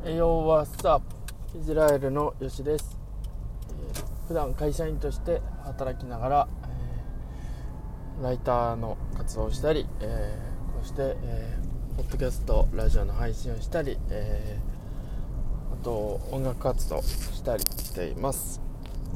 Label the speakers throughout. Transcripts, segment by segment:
Speaker 1: ヨーワッサーイスラエルのヨシです。普段会社員として働きながら、ライターの活動をしたり、こうして、ポッドキャストラジオの配信をしたり、あと音楽活動したりしています。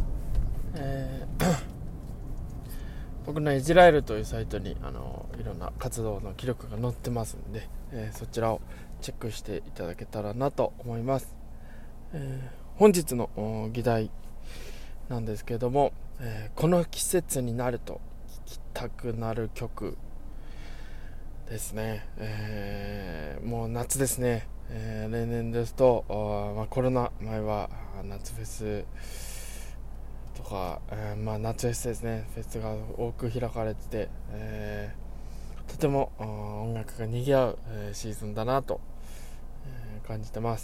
Speaker 1: 僕のイスラエルというサイトにいろんな活動の記録が載ってますんで、そちらをチェックしていただけたらなと思います。本日の議題なんですけども、この季節になると聴きたくなる曲ですね。もう夏ですね。例年ですと、コロナ前は夏フェスとか、夏フェスですね。フェスが多く開かれてて、とても音楽が賑わう、シーズンだなと、感じてます。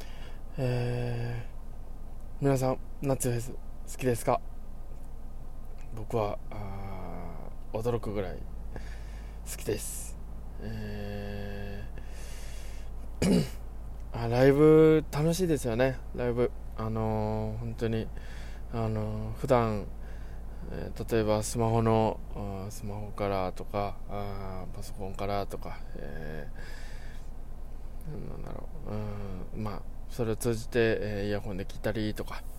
Speaker 1: 皆さん夏フェス好きですか？僕は驚くぐらい好きです。ライブ楽しいですよね。ライブ本当に普段、例えばスマホからとかパソコンからとか、なんだろう、それを通じて、イヤホンで聞いたりとか、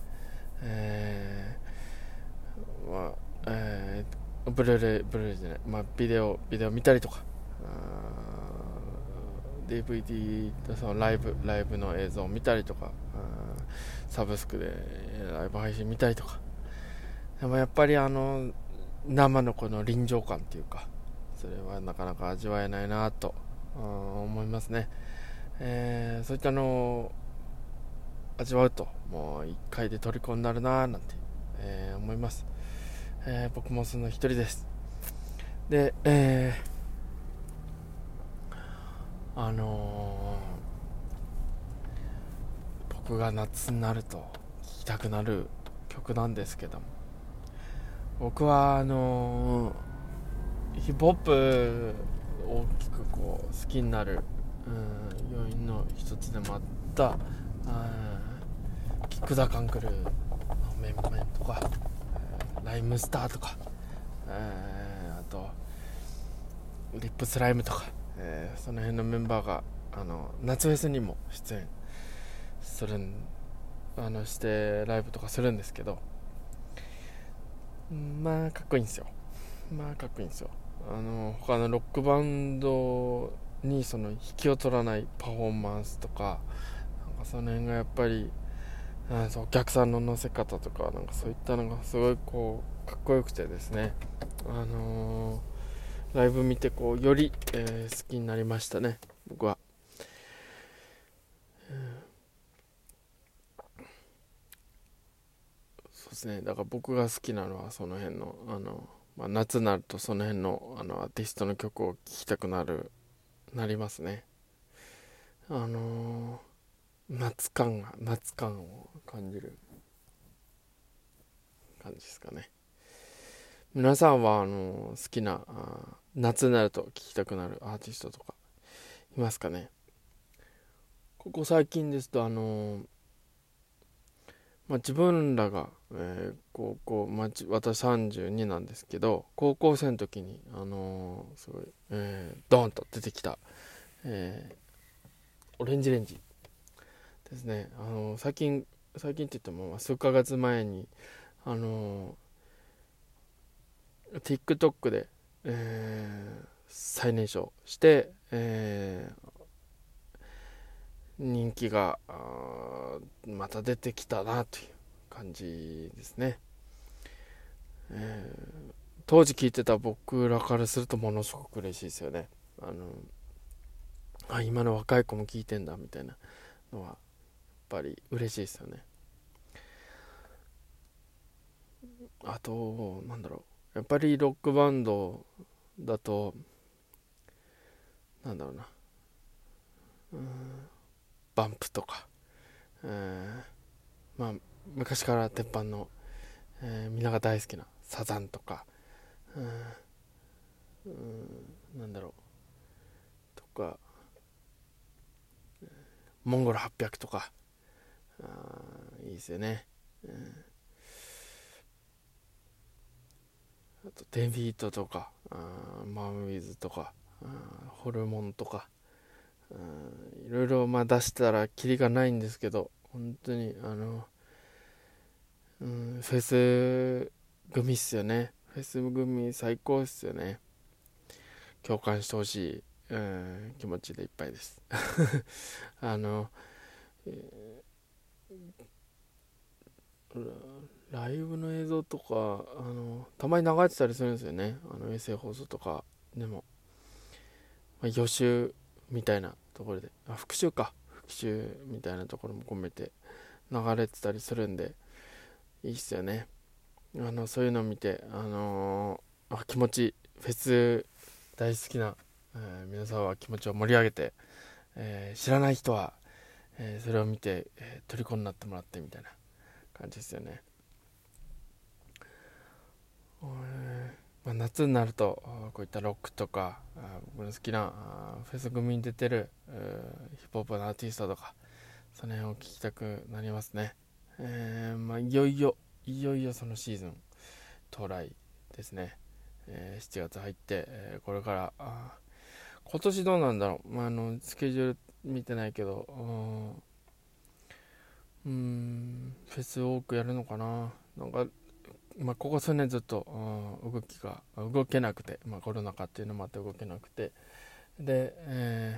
Speaker 1: まあブルーレイじゃない、ビデオ見たりとか、DVD そのライブの映像を見たりとか、サブスクでライブ配信見たりとか。でもやっぱり生のこの臨場感っていうか、それはなかなか味わえないなと思いますね。そういったのを味わうともう一回で虜になるななんて、思います。僕もその一人です。で、僕が夏になると聴きたくなる曲なんですけども、僕はヒップホップ大きくこう好きになる、要因の一つでもあったキック・ザ・カンクルーのメンとか、ライムスターとか、あとリップスライムとか、その辺のメンバーが夏フェスにも出演するしてライブとかするんですけど、かっこいいんですよ。他のロックバンドにその引きを取らないパフォーマンスとか、その辺がやっぱりお客さんの乗せ方とかそういったのがすごいこうかっこよくてですね、ライブ見てこうより、好きになりましたね、僕は。そうですね、だから僕が好きなのはその辺の夏になるとその辺のアーティストの曲を聴きたくなりますね。夏感を感じる感じですかね。皆さんは好きな夏になると聴きたくなるアーティストとかいますかね？ここ最近ですと自分らが、高校、私32なんですけど、高校生の時にすごい、ドーンと出てきた、オレンジレンジですね。最近って言っても数ヶ月前にTikTok で、最年少して、人気がまた出てきたなという感じですね。当時聞いてた僕らからするとものすごく嬉しいですよね。今の若い子も聞いてんだみたいなのはやっぱり嬉しいですよね。あとやっぱりロックバンドだとバンプとか、昔から鉄板の、みんなが大好きなサザンとか、うん、とか、 モンゴル800とか、いいですよね。あと10フィートとか、マンウィズとか、ホルモンとか、いろいろ出したらキリがないんですけど、本当にフェス組っすよね。フェス組最高っすよね。共感してほしい、気持ちでいっぱいです。あの、ライブの映像とかたまに流れてたりするんですよね。衛星放送とかでも、予習みたいなところで、復習みたいなところも込めて流れてたりするんで、いいっすよね。そういうのを見て、気持ちフェス大好きな、皆さんは気持ちを盛り上げて、知らない人は、それを見て、虜になってもらってみたいな感じですよね。夏になるとこういったロックとか、僕の好きなフェス組に出てるヒップホップのアーティストとか、その辺を聞きたくなりますね。いよいよそのシーズン到来ですね。7月入って、これから今年どうなんだろう、スケジュール見てないけど、フェス多くやるのかな。なんかここ数年ずっと動けなくて、コロナ禍っていうのもあって動けなくて、で、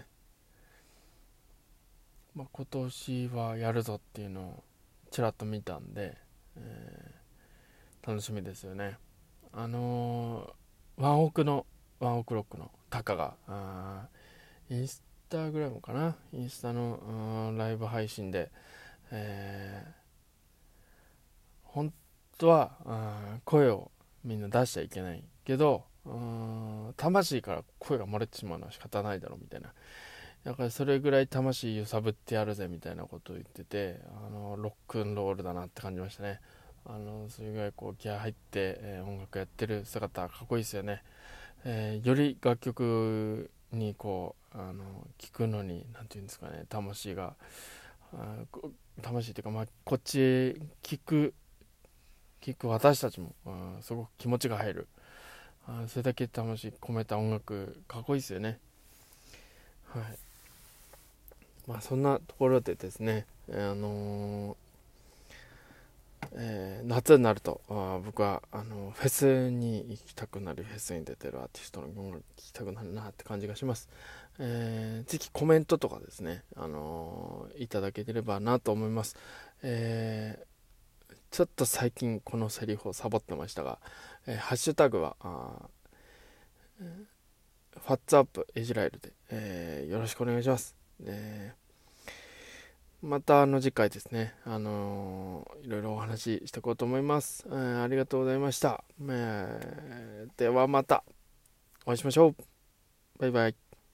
Speaker 1: 今年はやるぞっていうのをちらっと見たんで、楽しみですよね。ワンオクロックのタカがインスタグラムかな、インスタのライブ配信で、本当は声をみんな出しちゃいけないけど、魂から声が漏れてしまうのは仕方ないだろうみたいな、だからそれぐらい魂揺さぶってやるぜみたいなことを言ってて、ロックンロールだなって感じましたね。それぐらい気合入って、音楽やってる姿かっこいいですよね。より楽曲に聴くのになんていうんですかね、魂っていうか、こっち聞く私たちもすごく気持ちが入る、それだけ魂込めた音楽かっこいいですよね。はい。そんなところでですね、夏になると僕はフェスに行きたくなる、フェスに出てるアーティストの音楽聴きたくなるなって感じがします。ぜひコメントとかですね、いただければなと思います。ちょっと最近このセリフをサボってましたが、ハッシュタグはファッツアップイジラエルで、よろしくお願いします。また次回ですね、いろいろお話ししていこうと思います。ありがとうございました。ではまたお会いしましょう。バイバイ。